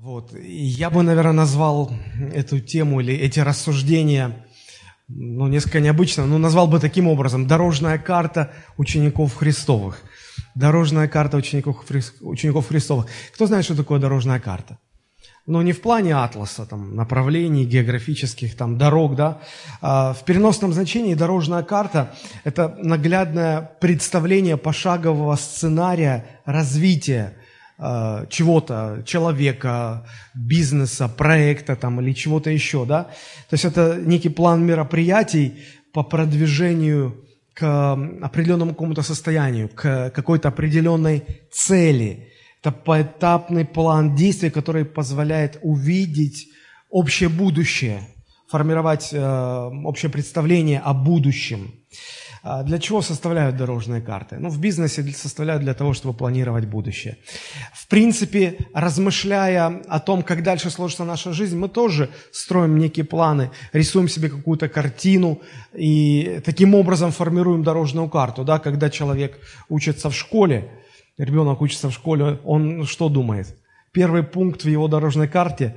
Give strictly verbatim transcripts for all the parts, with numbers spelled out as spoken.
Вот. И я бы, наверное, назвал эту тему или эти рассуждения, ну, несколько необычно, но назвал бы таким образом: дорожная карта учеников Христовых. Дорожная карта учеников, учеников Христовых. Кто знает, что такое дорожная карта? Ну, не в плане атласа, там, направлений географических, там, дорог, да. А в переносном значении дорожная карта – это наглядное представление пошагового сценария развития э, чего-то, человека, бизнеса, проекта там, или чего-то еще, да. То есть это некий план мероприятий по продвижению к определенному какому-то состоянию, к какой-то определенной цели. Это поэтапный план действий, который позволяет увидеть общее будущее, формировать э, общее представление о будущем. А для чего составляют дорожные карты? Ну, в бизнесе составляют для того, чтобы планировать будущее. В принципе, размышляя о том, как дальше сложится наша жизнь, мы тоже строим некие планы, рисуем себе какую-то картину и таким образом формируем дорожную карту. Да? Когда человек учится в школе, ребенок учится в школе, он что думает? Первый пункт в его дорожной карте,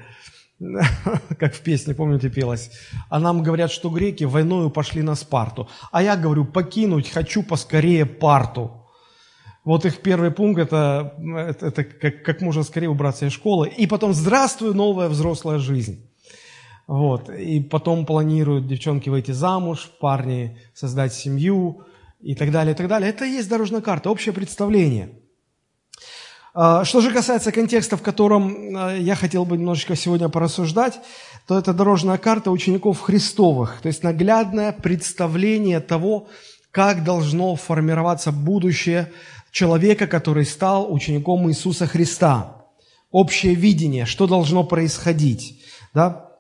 как в песне, помните, пелось, а нам говорят, что греки войною пошли на Спарту. А я говорю, покинуть хочу поскорее Парту. Вот их первый пункт, это, это, это как, как можно скорее убраться из школы. И потом, здравствуй, новая взрослая жизнь. Вот. И потом планируют девчонки выйти замуж, парни создать семью и так далее, и так далее. Это и есть дорожная карта, общее представление. Что же касается контекста, в котором я хотел бы немножечко сегодня порассуждать, то это дорожная карта учеников Христовых, то есть наглядное представление того, как должно формироваться будущее человека, который стал учеником Иисуса Христа. Общее видение, что должно происходить. Да?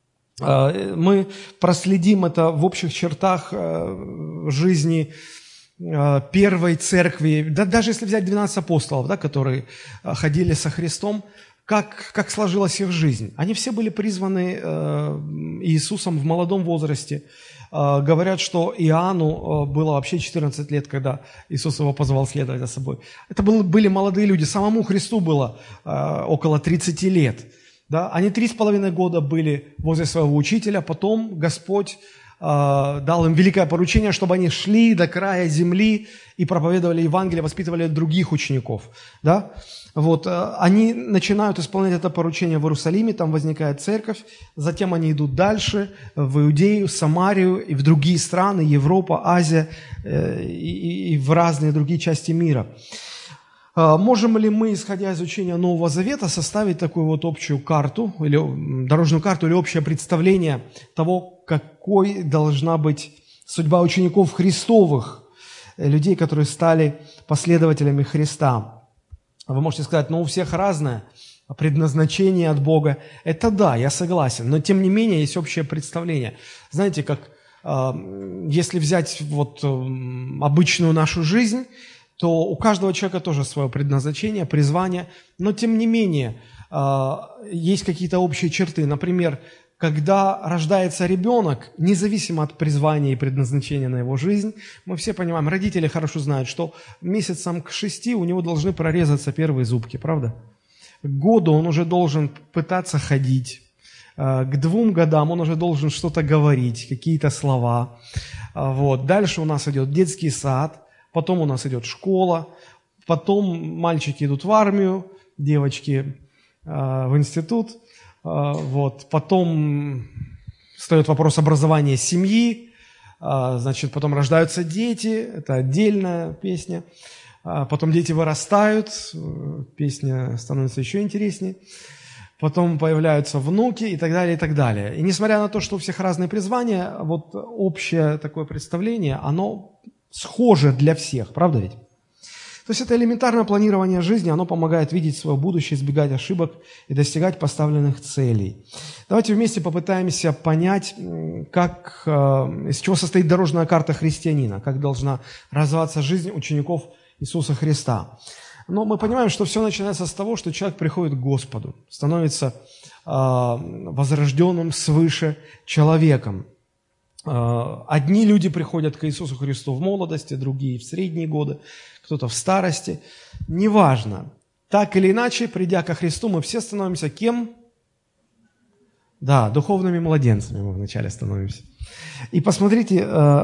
Мы проследим это в общих чертах жизни первой церкви, да, даже если взять двенадцать апостолов, да, которые ходили со Христом, как, как сложилась их жизнь. Они все были призваны э, Иисусом в молодом возрасте. Э, говорят, что Иоанну было вообще четырнадцать лет, когда Иисус его позвал следовать за собой. Это был, были молодые люди. Самому Христу было э, около тридцати лет. Да? Они три с половиной года были возле своего учителя, потом Господь дал им великое поручение, чтобы они шли до края земли и проповедовали Евангелие, воспитывали других учеников. Да? Вот, они начинают исполнять это поручение в Иерусалиме, там возникает церковь, затем они идут дальше в Иудею, Самарию и в другие страны, Европа, Азия и, и в разные другие части мира. Можем ли мы, исходя из учения Нового Завета, составить такую вот общую карту, или дорожную карту, или общее представление того, какой должна быть судьба учеников Христовых, людей, которые стали последователями Христа? Вы можете сказать, ну у всех разное предназначение от Бога. Это да, я согласен, но тем не менее есть общее представление. Знаете, как если взять вот обычную нашу жизнь, то у каждого человека тоже свое предназначение, призвание, но тем не менее есть какие-то общие черты. Например, когда рождается ребенок, независимо от призвания и предназначения на его жизнь, мы все понимаем, родители хорошо знают, что месяцам к шести у него должны прорезаться первые зубки, правда? К году он уже должен пытаться ходить, к двум годам он уже должен что-то говорить, какие-то слова. Вот. Дальше у нас идет детский сад, потом у нас идет школа, потом мальчики идут в армию, девочки э, в институт, э, вот. Потом встает вопрос образования семьи, э, значит, потом рождаются дети, это отдельная песня, э, потом дети вырастают, э, песня становится еще интереснее, потом появляются внуки и так далее, и так далее. И несмотря на то, что у всех разные призвания, вот общее такое представление, оно схоже для всех, правда ведь? То есть это элементарное планирование жизни, оно помогает видеть свое будущее, избегать ошибок и достигать поставленных целей. Давайте вместе попытаемся понять, как, из чего состоит дорожная карта христианина, как должна развиваться жизнь учеников Иисуса Христа. Но мы понимаем, что все начинается с того, что человек приходит к Господу, становится возрожденным свыше человеком. Одни люди приходят к Иисусу Христу в молодости, другие в средние годы, кто-то в старости. Неважно. Так или иначе, придя ко Христу, мы все становимся кем? Да, духовными младенцами мы вначале становимся. И посмотрите,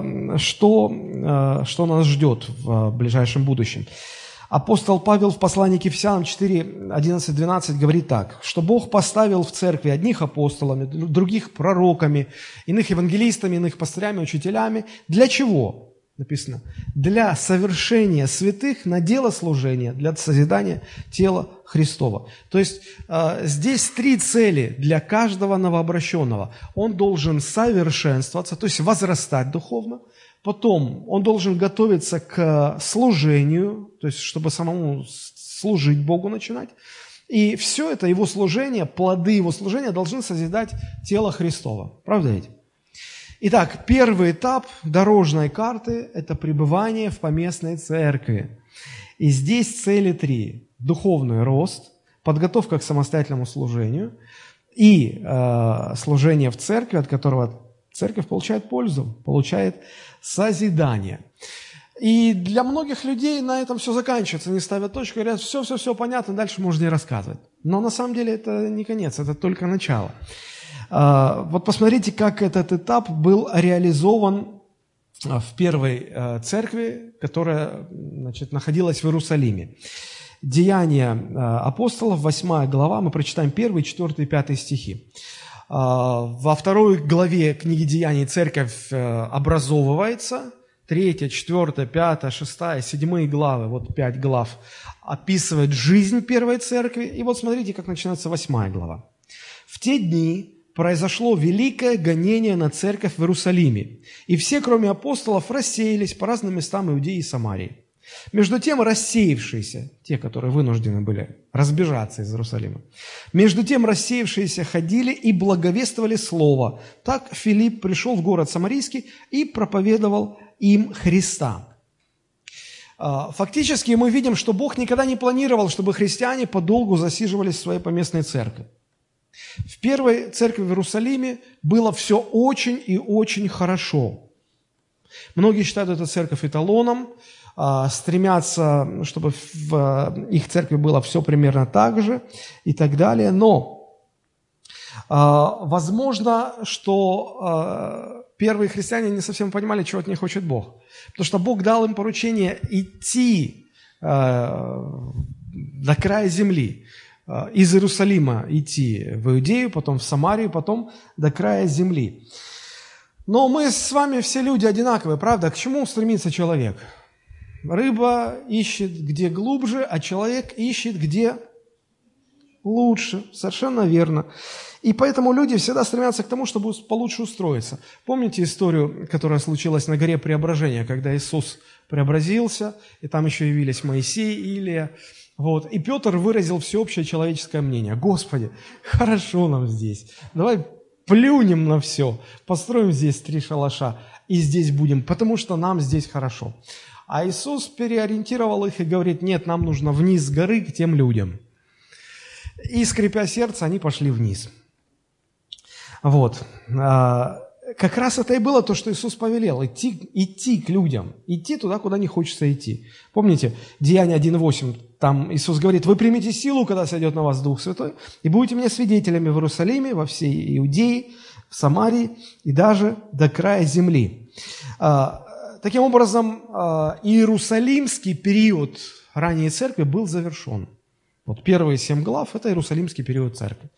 что, что нас ждет в ближайшем будущем. Апостол Павел в послании к Ефесянам четыре, одиннадцать, двенадцать говорит так, что Бог поставил в церкви одних апостолами, других пророками, иных евангелистами, иных пастырями, учителями. Для чего? Написано, для совершения святых на дело служения, для созидания тела Христова. То есть э, здесь три цели для каждого новообращенного. Он должен совершенствоваться, то есть возрастать духовно. Потом он должен готовиться к служению, то есть чтобы самому служить Богу начинать. И все это его служение, плоды его служения должны созидать тело Христова. Правда ведь? Итак, первый этап дорожной карты – это пребывание в поместной церкви. И здесь цели три – духовный рост, подготовка к самостоятельному служению и э, служение в церкви, от которого церковь получает пользу, получает созидание. И для многих людей на этом все заканчивается, они ставят точку, говорят, все-все-все понятно, дальше можно не рассказывать. Но на самом деле это не конец, это только начало. Вот посмотрите, как этот этап был реализован в первой церкви, которая, значит, находилась в Иерусалиме. Деяния апостолов, восьмая глава, мы прочитаем первый, четвертый, пятый стихи. Во второй главе книги Деяний церковь образовывается, третья, четвертая, пятая, шестая, седьмые главы, вот пять глав, описывают жизнь первой церкви. И вот смотрите, как начинается восьмая глава. «В те дни произошло великое гонение на церковь в Иерусалиме, и все, кроме апостолов, рассеялись по разным местам Иудеи и Самарии. Между тем рассеявшиеся, те, которые вынуждены были разбежаться из Иерусалима, между тем рассеявшиеся ходили и благовествовали слово. Так Филипп пришел в город Самарийский и проповедовал им Христа». Фактически мы видим, что Бог никогда не планировал, чтобы христиане подолгу засиживались в своей поместной церкви. В первой церкви в Иерусалиме было все очень и очень хорошо. Многие считают эту церковь эталоном, стремятся, чтобы в их церкви было все примерно так же и так далее. Но возможно, что первые христиане не совсем понимали, чего от них хочет Бог. Потому что Бог дал им поручение идти до края земли. Из Иерусалима идти в Иудею, потом в Самарию, потом до края земли. Но мы с вами все люди одинаковые, правда? К чему стремится человек? Рыба ищет где глубже, а человек ищет где лучше. Совершенно верно. И поэтому люди всегда стремятся к тому, чтобы получше устроиться. Помните историю, которая случилась на горе Преображения, когда Иисус преобразился, и там еще явились Моисей и Илия. Вот. И Петр выразил всеобщее человеческое мнение. Господи, хорошо нам здесь. Давай плюнем на все, построим здесь три шалаша и здесь будем, потому что нам здесь хорошо. А Иисус переориентировал их и говорит, нет, нам нужно вниз с горы к тем людям. И, скрипя сердце, они пошли вниз. Вот. Как раз это и было то, что Иисус повелел, идти, идти к людям, идти туда, куда не хочется идти. Помните, Деяния один восемь, там Иисус говорит, вы примете силу, когда сойдет на вас Дух Святой, и будете мне свидетелями в Иерусалиме, во всей Иудее, в Самарии и даже до края земли. Таким образом, иерусалимский период ранней церкви был завершен. Вот первые семь глав – это иерусалимский период церкви.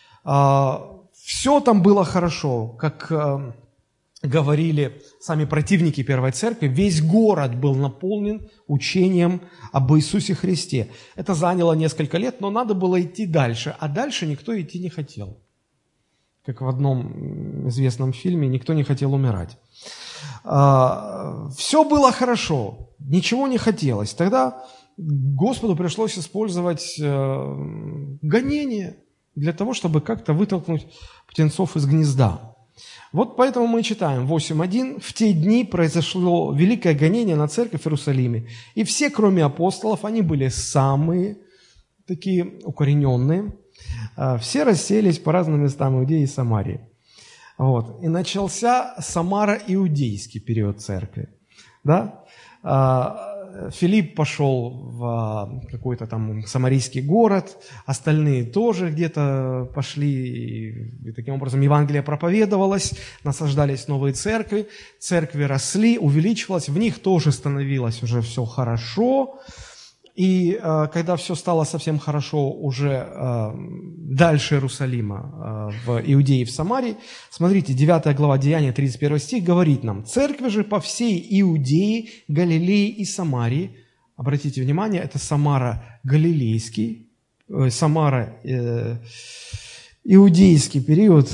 Все там было хорошо, как э, говорили сами противники первой церкви, весь город был наполнен учением об Иисусе Христе. Это заняло несколько лет, но надо было идти дальше, а дальше никто идти не хотел. Как в одном известном фильме, никто не хотел умирать. Э, все было хорошо, ничего не хотелось. Тогда Господу пришлось использовать э, гонение для того, чтобы как-то вытолкнуть птенцов из гнезда. Вот поэтому мы читаем восемь один. «В те дни произошло великое гонение на церковь в Иерусалиме, и все, кроме апостолов, они были самые такие укорененные, все расселись по разным местам Иудеи и Самарии». Вот. И начался самаро-иудейский период церкви. Да? Филипп пошел в какой-то там самарийский город, остальные тоже где-то пошли, и таким образом Евангелие проповедовалось, насаждались новые церкви, церкви росли, увеличивалось, в них тоже становилось уже все хорошо. И э, когда все стало совсем хорошо уже э, дальше Иерусалима, э, в Иудее и в Самарии, смотрите, девятая глава Деяния, тридцать первый стих говорит нам: «Церкви же по всей Иудее, Галилее и Самарии». Обратите внимание, это Самара Галилейский, э, Самара э, Иудейский период.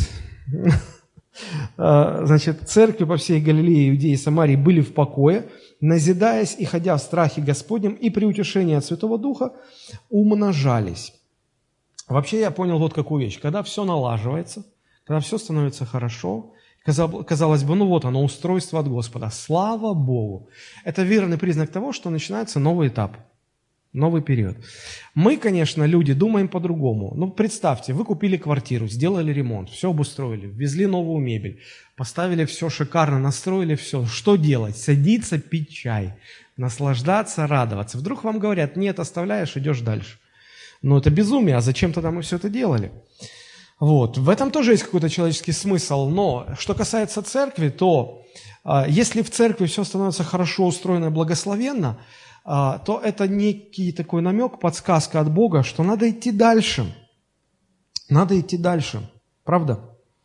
Значит, церкви по всей Галилее, Иудее и Самарии были в покое, назидаясь и ходя в страхе Господнем и при утешении от Святого Духа умножались. Вообще я понял вот какую вещь. Когда все налаживается, когда все становится хорошо, казалось бы, ну вот оно, устройство от Господа. Слава Богу! Это верный признак того, что начинается новый этап, новый период. Мы, конечно, люди, думаем по-другому. Ну, представьте, вы купили квартиру, сделали ремонт, все обустроили, ввезли новую мебель, поставили все шикарно, настроили все. Что делать? Садиться, пить чай, наслаждаться, радоваться. Вдруг вам говорят: нет, оставляешь, идешь дальше. Ну, это безумие, а зачем тогда мы все это делали? Вот. В этом тоже есть какой-то человеческий смысл, но что касается церкви, то э, если в церкви все становится хорошо устроено и благословенно, то это некий такой намек, подсказка от Бога, что надо идти дальше. Надо идти дальше. Правда?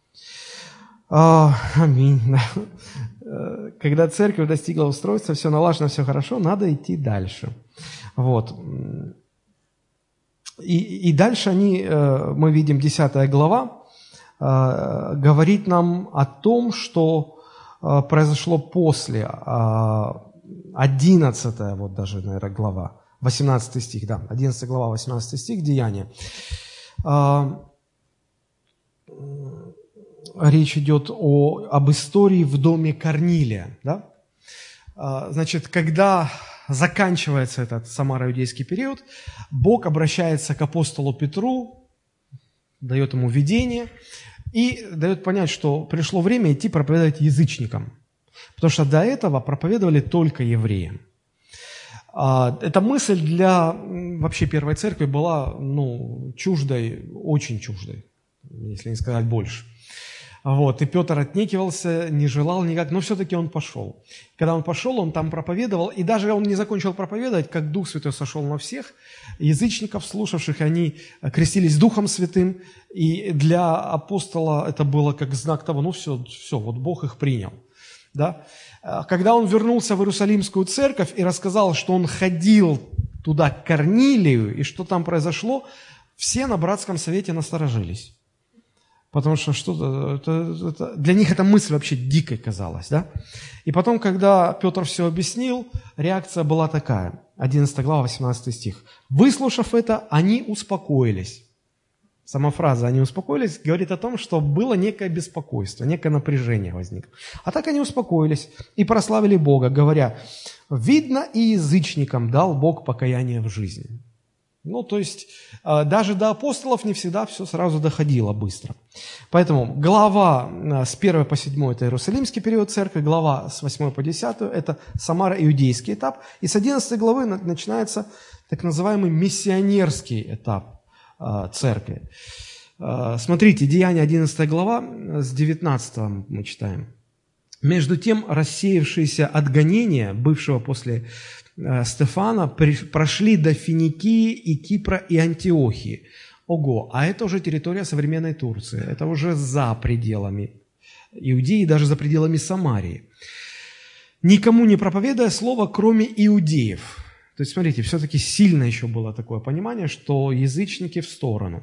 А, аминь. Когда церковь достигла устройства, все налажено, все хорошо, надо идти дальше. Вот. И, и дальше они, мы видим, десятая глава, говорит нам о том, что произошло после. одиннадцатая, вот даже, наверное, глава, восемнадцатый стих, да, одиннадцатая глава, восемнадцатый стих, Деяния. А, речь идет о, об истории в доме Корнилия, да. А, значит, когда заканчивается этот самаро-иудейский период, Бог обращается к апостолу Петру, дает ему видение и дает понять, что пришло время идти проповедовать язычникам. Потому что до этого проповедовали только евреям. Эта мысль для вообще первой церкви была, ну, чуждой, очень чуждой, если не сказать больше. Вот. И Петр отнекивался, не желал никак, но все-таки он пошел. Когда он пошел, он там проповедовал, и даже он не закончил проповедовать, как Дух Святой сошел на всех язычников, слушавших, они крестились Духом Святым, и для апостола это было как знак того, ну все, все, вот Бог их принял. Да? Когда он вернулся в Иерусалимскую церковь и рассказал, что он ходил туда к Корнилию, и что там произошло, все на братском совете насторожились. Потому что что-то, это, это, для них эта мысль вообще дикой казалась. Да? И потом, когда Петр все объяснил, реакция была такая. одиннадцатая глава, восемнадцатый стих. «Выслушав это, они успокоились». Сама фраза «они успокоились» говорит о том, что было некое беспокойство, некое напряжение возникло. А так они успокоились и прославили Бога, говоря: «Видно, и язычникам дал Бог покаяние в жизни». Ну, то есть, даже до апостолов не всегда все сразу доходило быстро. Поэтому глава с первой по седьмой – это Иерусалимский период церкви, глава с восьмой по десятую – это Самаро-иудейский этап, и с одиннадцатой главы начинается так называемый миссионерский этап церкви. Смотрите, Деяния одиннадцатая глава, с девятнадцатого мы читаем. «Между тем, рассеявшиеся от гонения, бывшего после Стефана, прошли до Финикии и Кипра и Антиохии». Ого, а это уже территория современной Турции, это уже за пределами Иудеи, даже за пределами Самарии. «Никому не проповедуя слово, кроме иудеев». То есть, смотрите, все-таки сильно еще было такое понимание, что язычники в сторону.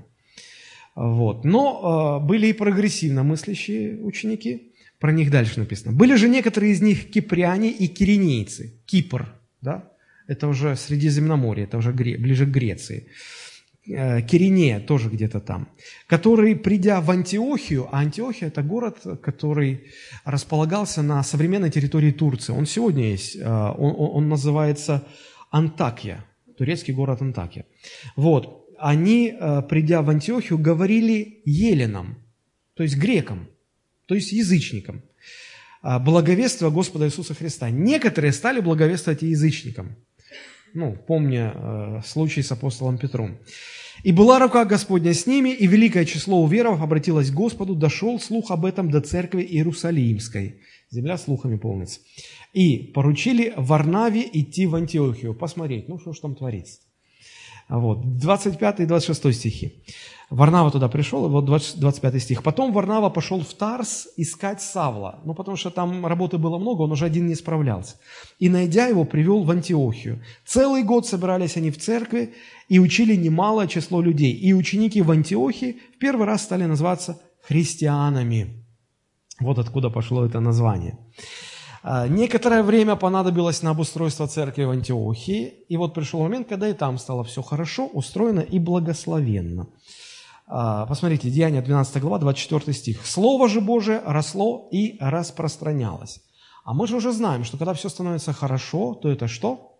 Вот. Но э, были и прогрессивно мыслящие ученики, про них дальше написано. Были же некоторые из них кипряне и киринейцы. Кипр, да, это уже Средиземноморье, это уже Гре- ближе к Греции. Э, Киринея тоже где-то там. Которые, придя в Антиохию, а Антиохия – это город, который располагался на современной территории Турции. Он сегодня есть, э, он, он называется Антакия, турецкий город Антакия. Вот, они, придя в Антиохию, говорили еленам, то есть грекам, то есть язычникам, благовествуя Господа Иисуса Христа. Некоторые стали благовествовать и язычникам. ну, помня э, случай с апостолом Петром. «И была рука Господня с ними, и великое число уверовав обратилось к Господу, дошел слух об этом до церкви Иерусалимской». Земля слухами полнится. «И поручили Варнаве идти в Антиохию». Посмотреть, ну что ж там творится. Вот, двадцать пятый и двадцать шестой стихи. Варнава туда пришел, и вот двадцать пятый стих. «Потом Варнава пошел в Тарс искать Савла». Ну, потому что там работы было много, он уже один не справлялся. «И, найдя его, привел в Антиохию. Целый год собирались они в церкви и учили немалое число людей. И ученики в Антиохии в первый раз стали называться христианами». Вот откуда пошло это название. Некоторое время понадобилось на обустройство церкви в Антиохии, и вот пришел момент, когда и там стало все хорошо, устроено и благословенно. Посмотрите, Деяния двенадцатая глава, двадцать четвёртый стих. «Слово же Божие росло и распространялось». А мы же уже знаем, что когда все становится хорошо, то это что?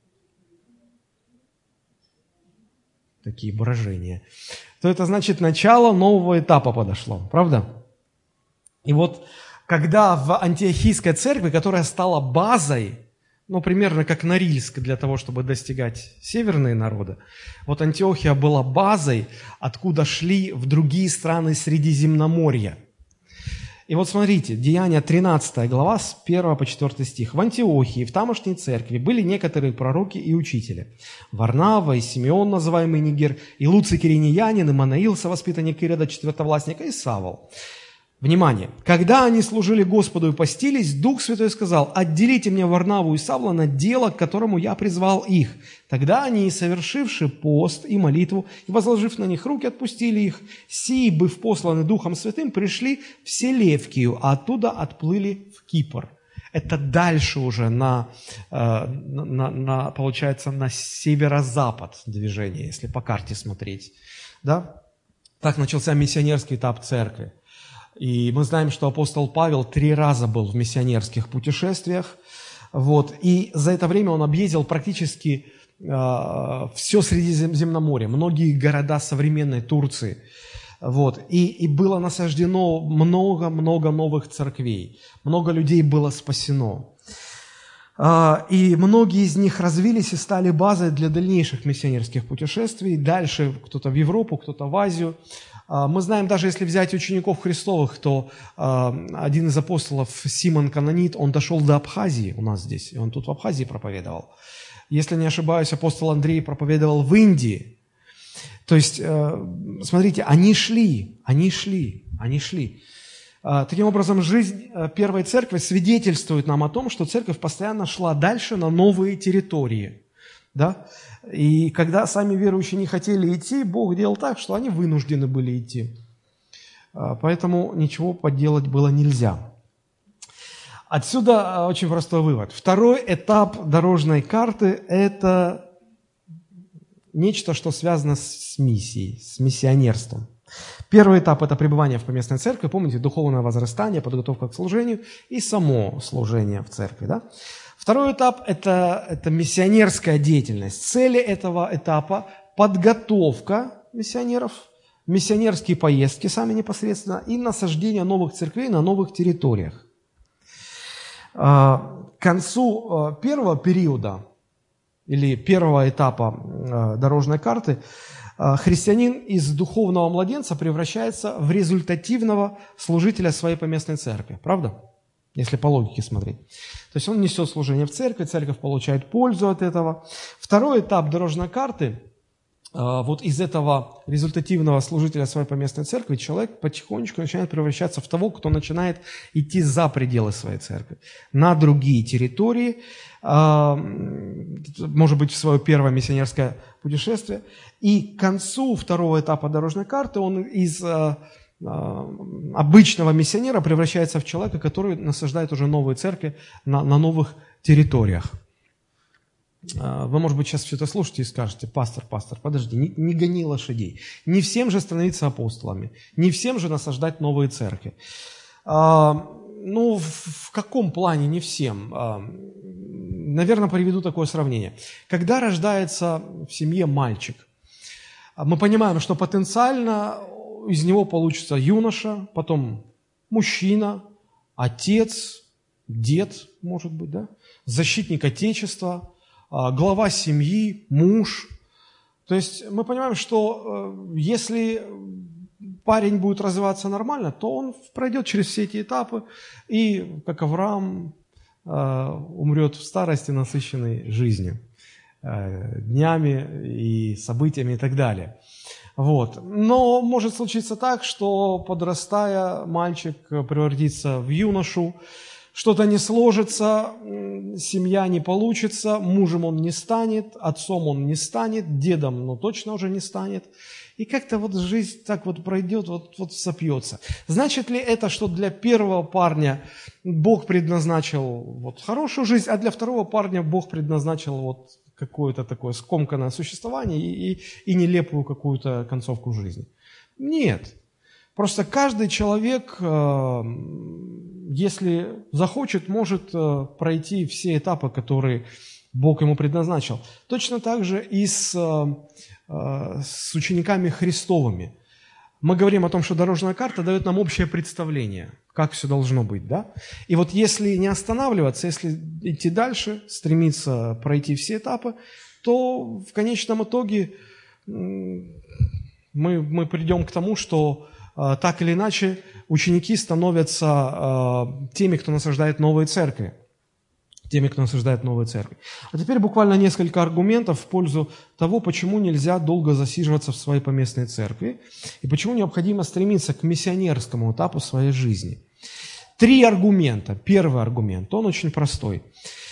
Такие выражения. То это значит, начало нового этапа подошло, правда? И вот когда в Антиохийской церкви, которая стала базой, ну, примерно как Норильск для того, чтобы достигать северные народы, вот Антиохия была базой, откуда шли в другие страны Средиземноморья. И вот смотрите, Деяния тринадцатая глава, с первого по четвёртый стих. «В Антиохии, в тамошней церкви, были некоторые пророки и учители. Варнава и Симеон, называемый Нигер, и Луций Киринеянин, и Манаил, совоспитанник Ирода, четвертовластника, и Савол». Внимание! «Когда они служили Господу и постились, Дух Святой сказал: отделите мне Варнаву и Савла на дело, к которому я призвал их. Тогда они, совершивши пост и молитву, и возложив на них руки, отпустили их. Сии, быв посланы Духом Святым, пришли в Селевкию, а оттуда отплыли в Кипр». Это дальше уже на, на, на, на, получается, на северо-запад движение, если по карте смотреть. Да? Так начался миссионерский этап церкви. И мы знаем, что апостол Павел три раза был в миссионерских путешествиях, вот, и за это время он объездил практически э, все Средиземноморье, многие города современной Турции, вот, и, и было насаждено много-много новых церквей, много людей было спасено. Э, и многие из них развились и стали базой для дальнейших миссионерских путешествий, дальше кто-то в Европу, кто-то в Азию. Мы знаем, даже если взять учеников Христовых, то э, один из апостолов, Симон Канонит, он дошел до Абхазии у нас здесь, и он тут в Абхазии проповедовал. Если не ошибаюсь, апостол Андрей проповедовал в Индии. То есть, э, смотрите, они шли, они шли, они шли. Э, таким образом, жизнь первой церкви свидетельствует нам о том, что церковь постоянно шла дальше на новые территории. Да? И когда сами верующие не хотели идти, Бог делал так, что они вынуждены были идти. Поэтому ничего поделать было нельзя. Отсюда очень простой вывод. Второй этап дорожной карты – это нечто, что связано с миссией, с миссионерством. Первый этап – это пребывание в поместной церкви. Помните, духовное возрастание, подготовка к служению и само служение в церкви. Да? Второй этап – это, это миссионерская деятельность. Цели этого этапа – подготовка миссионеров, миссионерские поездки сами непосредственно и насаждение новых церквей на новых территориях. К концу первого периода или первого этапа дорожной карты христианин из духовного младенца превращается в результативного служителя своей поместной церкви. Правда? Если по логике смотреть. То есть он несет служение в церкви, церковь получает пользу от этого. Второй этап дорожной карты, вот из этого результативного служителя своей поместной церкви человек потихонечку начинает превращаться в того, кто начинает идти за пределы своей церкви, на другие территории, может быть, в свое первое миссионерское путешествие. И к концу второго этапа дорожной карты он из обычного миссионера превращается в человека, который насаждает уже новые церкви на, на новых территориях. Вы, может быть, сейчас все это слушаете и скажете: пастор, пастор, подожди, не, не гони лошадей. Не всем же становиться апостолами, не всем же насаждать новые церкви. А, ну, в, в каком плане не всем? А, наверное, приведу такое сравнение. Когда рождается в семье мальчик, мы понимаем, что потенциально из него получится юноша, потом мужчина, отец, дед, может быть, да, защитник Отечества, глава семьи, муж. То есть мы понимаем, что если парень будет развиваться нормально, то он пройдет через все эти этапы и, как Авраам, умрет в старости, насыщенной жизнью, днями и событиями и так далее. Вот. Но может случиться так, что, подрастая, мальчик превратится в юношу, что-то не сложится, семья не получится, мужем он не станет, отцом он не станет, дедом, ну, точно уже не станет. И как-то вот жизнь так вот пройдет, вот, вот сопьется. Значит ли это, что для первого парня Бог предназначил вот хорошую жизнь, а для второго парня Бог предназначил вот какое-то такое скомканное существование и, и, и нелепую какую-то концовку жизни? Нет. Просто каждый человек, если захочет, может пройти все этапы, которые Бог ему предназначил. Точно так же и с, с учениками Христовыми. Мы говорим о том, что дорожная карта дает нам общее представление, как все должно быть, да? И вот если не останавливаться, если идти дальше, стремиться пройти все этапы, то в конечном итоге мы, мы придем к тому, что так или иначе ученики становятся теми, кто насаждает новые церкви. Теми, кто насаждает новые церкви. А теперь буквально несколько аргументов в пользу того, почему нельзя долго засиживаться в своей поместной церкви и почему необходимо стремиться к миссионерскому этапу своей жизни. Три аргумента. Первый аргумент, он очень простой.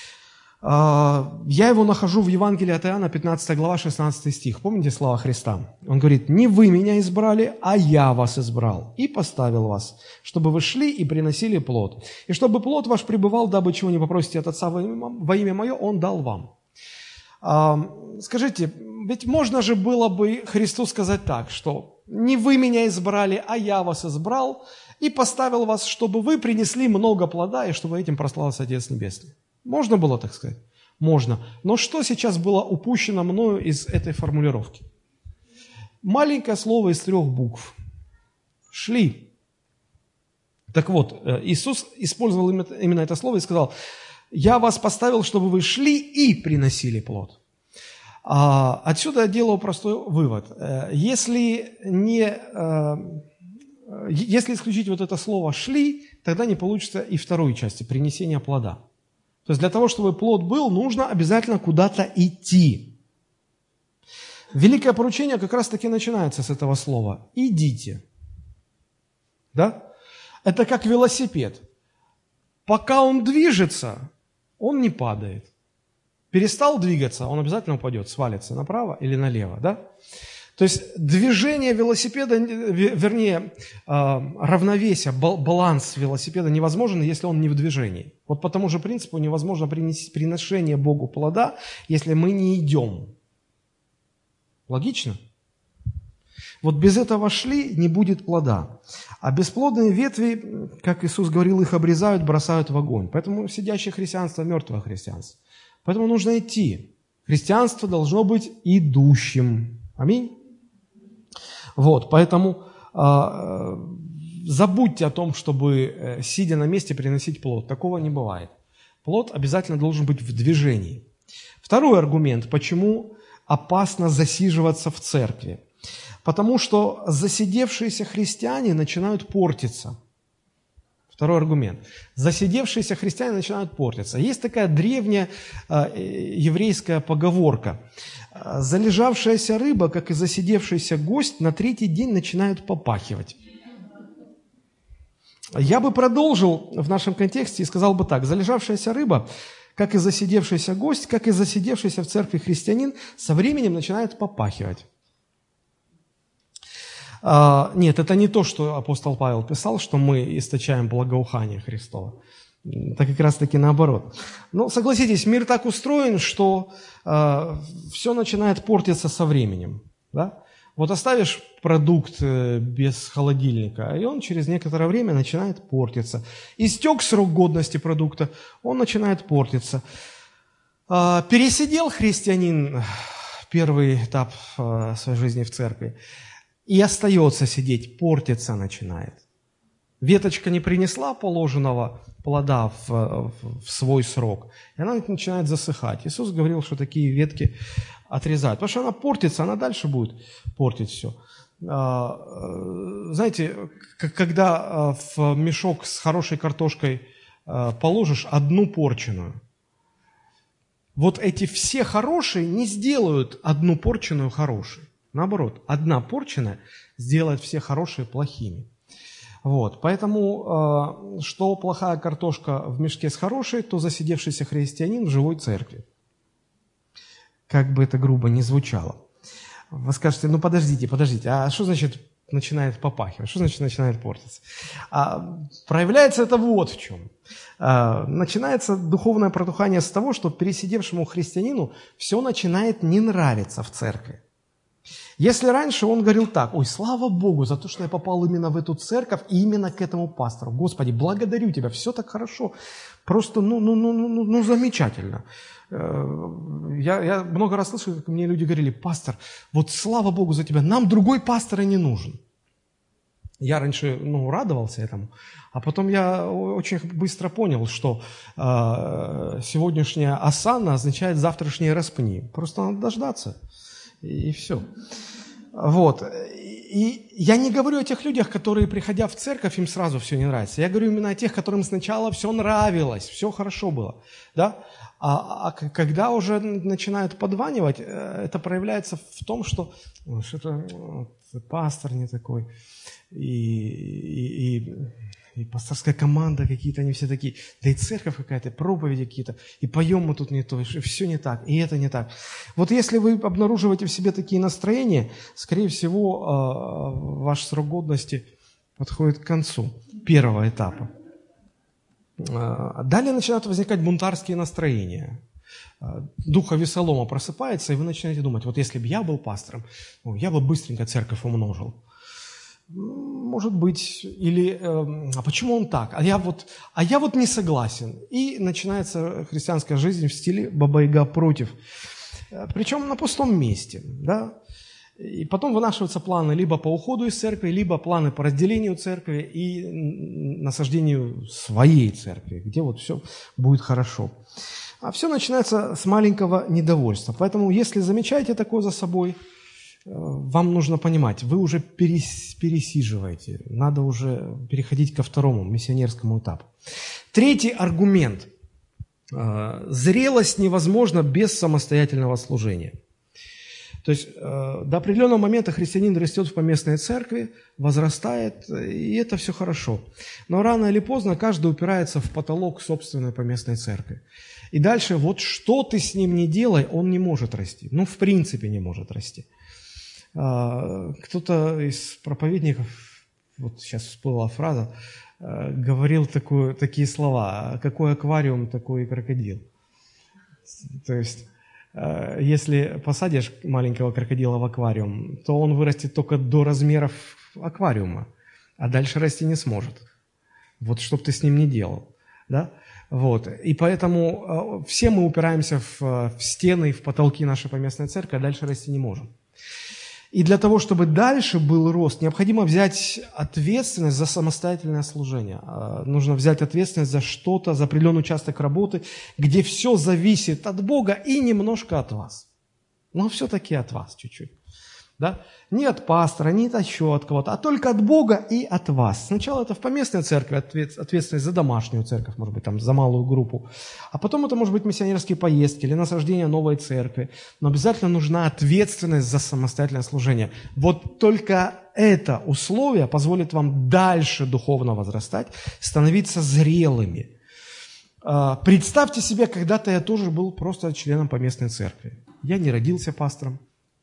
Я его нахожу в Евангелии от Иоанна, пятнадцатая глава, шестнадцатый стих. Помните слова Христа? Он говорит: «Не вы меня избрали, а я вас избрал и поставил вас, чтобы вы шли и приносили плод. И чтобы плод ваш пребывал, дабы чего не попросите от Отца во имя, во имя Мое, Он дал вам». Скажите, ведь можно же было бы Христу сказать так, что «не вы меня избрали, а я вас избрал и поставил вас, чтобы вы принесли много плода, и чтобы этим прославился Отец Небесный». Можно было так сказать? Можно. Но что сейчас было упущено мною из этой формулировки? Маленькое слово из трех букв. «Шли». Так вот, Иисус использовал именно это слово и сказал: «Я вас поставил, чтобы вы шли и приносили плод». Отсюда я делаю простой вывод. Если, не, если исключить вот это слово «шли», тогда не получится и второй части – принесения плода. То есть для того, чтобы плод был, нужно обязательно куда-то идти. Великое поручение как раз-таки начинается с этого слова «идите». Да? Это как велосипед. Пока он движется, он не падает. Перестал двигаться, он обязательно упадет, свалится направо или налево. Да? То есть движение велосипеда, вернее, равновесие, баланс велосипеда невозможен, если он не в движении. Вот по тому же принципу невозможно приношение Богу плода, если мы не идем. Логично? Вот без этого шли не будет плода. А бесплодные ветви, как Иисус говорил, их обрезают, бросают в огонь. Поэтому сидящее христианство – мертвое христианство. Поэтому нужно идти. Христианство должно быть идущим. Аминь. Вот, поэтому э, забудьте о том, чтобы, э, сидя на месте, приносить плод. Такого не бывает. Плод обязательно должен быть в движении. Второй аргумент, почему опасно засиживаться в церкви. Потому что засидевшиеся христиане начинают портиться. Второй аргумент. Засидевшиеся христиане начинают портиться. Есть такая древняя э, еврейская поговорка. Залежавшаяся рыба, как и засидевшийся гость, на третий день начинают попахивать. Я бы продолжил в нашем контексте и сказал бы так. Залежавшаяся рыба, как и засидевшийся гость, как и засидевшийся в церкви христианин, со временем начинает попахивать. А, нет, это не то, что апостол Павел писал, что мы источаем благоухание Христово. Это как раз-таки наоборот. Но согласитесь, мир так устроен, что э, все начинает портиться со временем. Да? Вот оставишь продукт э, без холодильника, и он через некоторое время начинает портиться. Истек срок годности продукта, он начинает портиться. Э, пересидел христианин первый этап э, своей жизни в церкви и остается сидеть, портиться начинает. Веточка не принесла положенного плода в, в, в свой срок, и она начинает засыхать. Иисус говорил, что такие ветки отрезают, потому что она портится, она дальше будет портить все. Знаете, когда в мешок с хорошей картошкой положишь одну порченую, вот эти все хорошие не сделают одну порченую хорошей. Наоборот, одна порченая сделает все хорошие плохими. Вот, поэтому, что плохая картошка в мешке с хорошей, то засидевшийся христианин в живой церкви. Как бы это грубо ни звучало. Вы скажете, ну подождите, подождите, а что значит начинает попахивать? Что значит начинает портиться? А, проявляется это вот в чем. А, начинается духовное протухание с того, что пересидевшему христианину все начинает не нравиться в церкви. Если раньше он говорил так: ой, слава Богу за то, что я попал именно в эту церковь и именно к этому пастору. Господи, благодарю Тебя, все так хорошо, просто ну, ну, ну, ну, ну замечательно. Я, я много раз слышал, как мне люди говорили: пастор, вот слава Богу за тебя, нам другой пастор и не нужен. Я раньше ну, радовался этому, а потом я очень быстро понял, что э, сегодняшняя осанна означает завтрашние распни. Просто надо дождаться, и, и все. Вот. И я не говорю о тех людях, которые, приходя в церковь, им сразу все не нравится. Я говорю именно о тех, которым сначала все нравилось, все хорошо было. Да? А, а когда уже начинают подванивать, это проявляется в том, что ну, что-то вот, пастор не такой, и, и, и, и пасторская команда какие-то, они все такие, да и церковь какая-то, проповеди какие-то, и поем мы тут не то, и все не так, и это не так. Вот если вы обнаруживаете в себе такие настроения, скорее всего, ваш срок годности подходит к концу первого этапа. Далее начинают возникать бунтарские настроения. Дух Авесолома просыпается, и вы начинаете думать: вот если бы я был пастором, я бы быстренько церковь умножил. Может быть, или а почему он так? А я вот, а я вот не согласен. И начинается христианская жизнь в стиле Баба-Яга против. Причем на пустом месте, да? И потом вынашиваются планы либо по уходу из церкви, либо планы по разделению церкви и насаждению своей церкви, где вот все будет хорошо. А все начинается с маленького недовольства. Поэтому, если замечаете такое за собой, вам нужно понимать, вы уже перес, пересиживаете, надо уже переходить ко второму миссионерскому этапу. Третий аргумент. Зрелость невозможна без самостоятельного служения. То есть э, до определенного момента христианин растет в поместной церкви, возрастает, и это все хорошо. Но рано или поздно каждый упирается в потолок собственной поместной церкви. И дальше вот что ты с ним не делай, он не может расти. Ну, в принципе, не может расти. Э, кто-то из проповедников, вот сейчас всплыла фраза, э, говорил такую, такие слова: какой аквариум, такой и крокодил. То есть... Если посадишь маленького крокодила в аквариум, то он вырастет только до размеров аквариума, а дальше расти не сможет. Вот что бы ты с ним ни делал. Да? Вот. И поэтому все мы упираемся в, в стены, в потолки нашей поместной церкви, а дальше расти не можем. И для того, чтобы дальше был рост, необходимо взять ответственность за самостоятельное служение. Нужно взять ответственность за что-то, за определенный участок работы, где все зависит от Бога и немножко от вас. Но все-таки от вас чуть-чуть. Да? Не от пастора, не от еще от кого-то, а только от Бога и от вас. Сначала это в поместной церкви ответственность за домашнюю церковь, может быть, там, за малую группу. А потом это может быть миссионерские поездки или насаждение новой церкви. Но обязательно нужна ответственность за самостоятельное служение. Вот только это условие позволит вам дальше духовно возрастать, становиться зрелыми. Представьте себе, когда-то я тоже был просто членом поместной церкви. Я не родился пастором.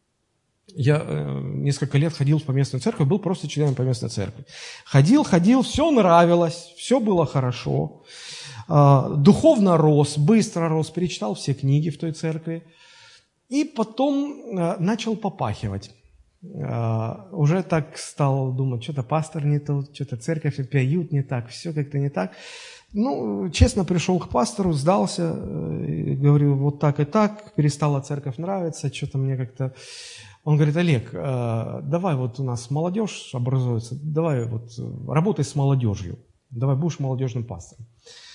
Я э, несколько лет ходил в поместную церковь, был просто членом поместной церкви. Ходил, ходил, все нравилось, все было хорошо. Э, духовно рос, быстро рос, перечитал все книги в той церкви. И потом э, начал попахивать. а, уже так стал думать, что-то пастор не тот, что-то церковь поют не так, все как-то не так. Ну, честно, пришел к пастору, сдался, и говорю, вот так и так, перестала церковь нравиться, что-то мне как-то... Он говорит, Олег, давай вот у нас молодежь образуется, давай вот работай с молодежью, давай будешь молодежным пастором.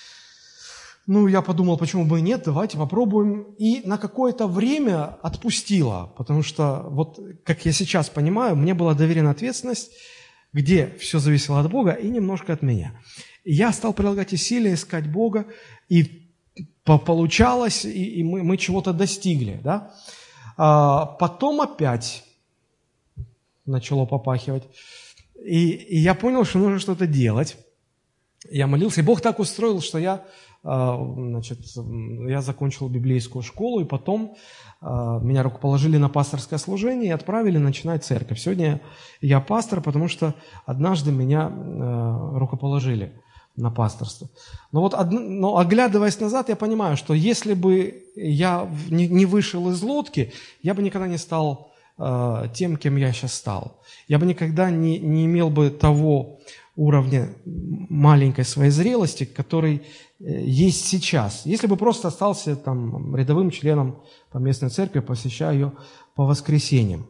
Ну, я подумал, почему бы и нет, давайте попробуем. И на какое-то время отпустила, потому что, вот как я сейчас понимаю, мне была доверена ответственность, где все зависело от Бога и немножко от меня. И я стал прилагать усилия, искать Бога, и получалось, и, и мы, мы чего-то достигли, да. А потом опять начало попахивать, и, и я понял, что нужно что-то делать. Я молился, и Бог так устроил, что я, значит, я закончил библейскую школу, и потом меня рукоположили на пасторское служение и отправили начинать церковь. Сегодня я пастор, потому что однажды меня рукоположили на пасторство. Но вот, но оглядываясь назад, я понимаю, что если бы я не вышел из лодки, я бы никогда не стал э, тем, кем я сейчас стал. Я бы никогда не, не имел бы того уровня маленькой своей зрелости, который есть сейчас. Если бы просто остался там рядовым членом поместной церкви, посещая ее по воскресеньям.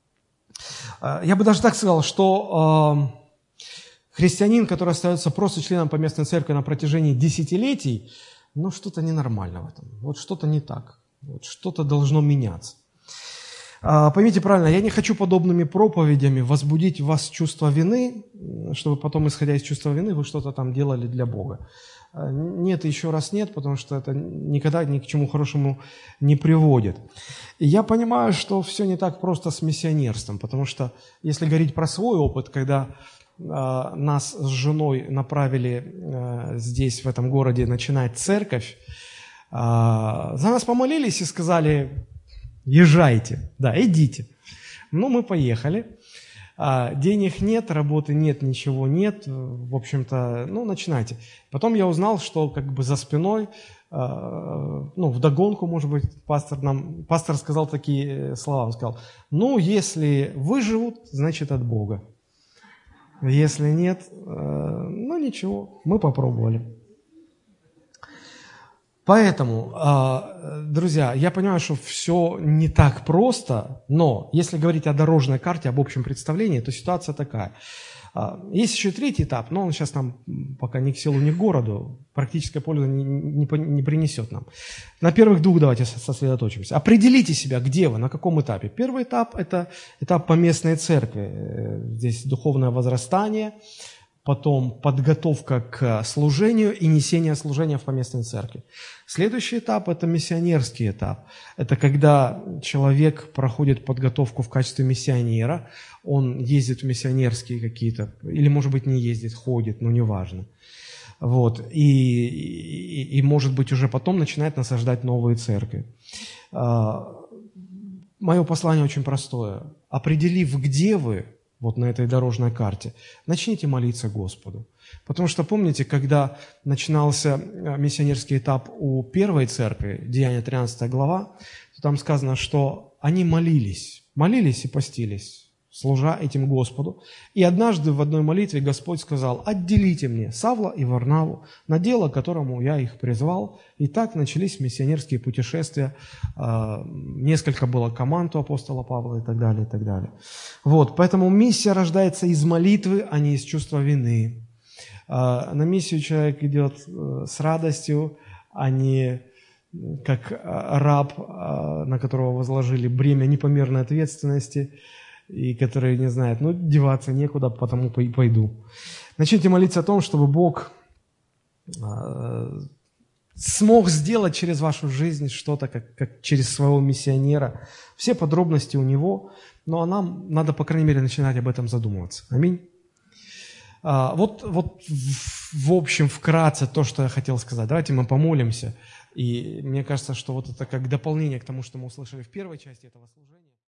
Я бы даже так сказал, что... Э, Христианин, который остается просто членом поместной церкви на протяжении десятилетий, ну, что-то ненормально в этом. Вот что-то не так. Вот что-то должно меняться. А, поймите правильно, я не хочу подобными проповедями возбудить в вас чувство вины, чтобы потом, исходя из чувства вины, вы что-то там делали для Бога. А, нет, еще раз нет, потому что это никогда ни к чему хорошему не приводит. И я понимаю, что все не так просто с миссионерством, потому что, если говорить про свой опыт, когда нас с женой направили здесь, в этом городе, начинать церковь, за нас помолились и сказали, езжайте, да, идите. Ну, мы поехали. Денег нет, работы нет, ничего нет, в общем-то, ну, начинайте. Потом я узнал, что как бы за спиной, ну, вдогонку, может быть, пастор нам, пастор сказал такие слова, он сказал, ну, если выживут, значит, от Бога. Если нет, ну ничего, мы попробовали. Поэтому, друзья, я понимаю, что все не так просто, но если говорить о дорожной карте, об общем представлении, то ситуация такая. Есть еще третий этап, но он сейчас нам пока ни к селу, ни к городу, практической пользы не, не, не принесет нам. На первых двух давайте сосредоточимся. Определите себя, где вы, на каком этапе. Первый этап – это этап поместной церкви. Здесь духовное возрастание, потом подготовка к служению и несение служения в поместной церкви. Следующий этап – это миссионерский этап. Это когда человек проходит подготовку в качестве миссионера, он ездит в миссионерские какие-то, или, может быть, не ездит, ходит, но неважно. Вот. И, и, и, может быть, уже потом начинает насаждать новые церкви. Мое послание очень простое. Определив, где вы, вот на этой дорожной карте, начните молиться Господу. Потому что, помните, когда начинался миссионерский этап у первой церкви, Деяния тринадцатая глава, то там сказано, что они молились, молились и постились, служа этим Господу. И однажды в одной молитве Господь сказал, отделите мне Савла и Варнаву на дело, к которому я их призвал. И так начались миссионерские путешествия. Несколько было команд у апостола Павла и так далее, и так далее. Вот, поэтому миссия рождается из молитвы, а не из чувства вины. На миссию человек идет с радостью, а не как раб, на которого возложили бремя непомерной ответственности, и который не знает, ну, деваться некуда, потому пойду. Начните молиться о том, чтобы Бог смог сделать через вашу жизнь что-то, как, как через своего миссионера. Все подробности у Него, но нам надо, по крайней мере, начинать об этом задумываться. Аминь. А, вот, вот в, в общем, вкратце то, что я хотел сказать. Давайте мы помолимся. И мне кажется, что вот это как дополнение к тому, что мы услышали в первой части этого служения.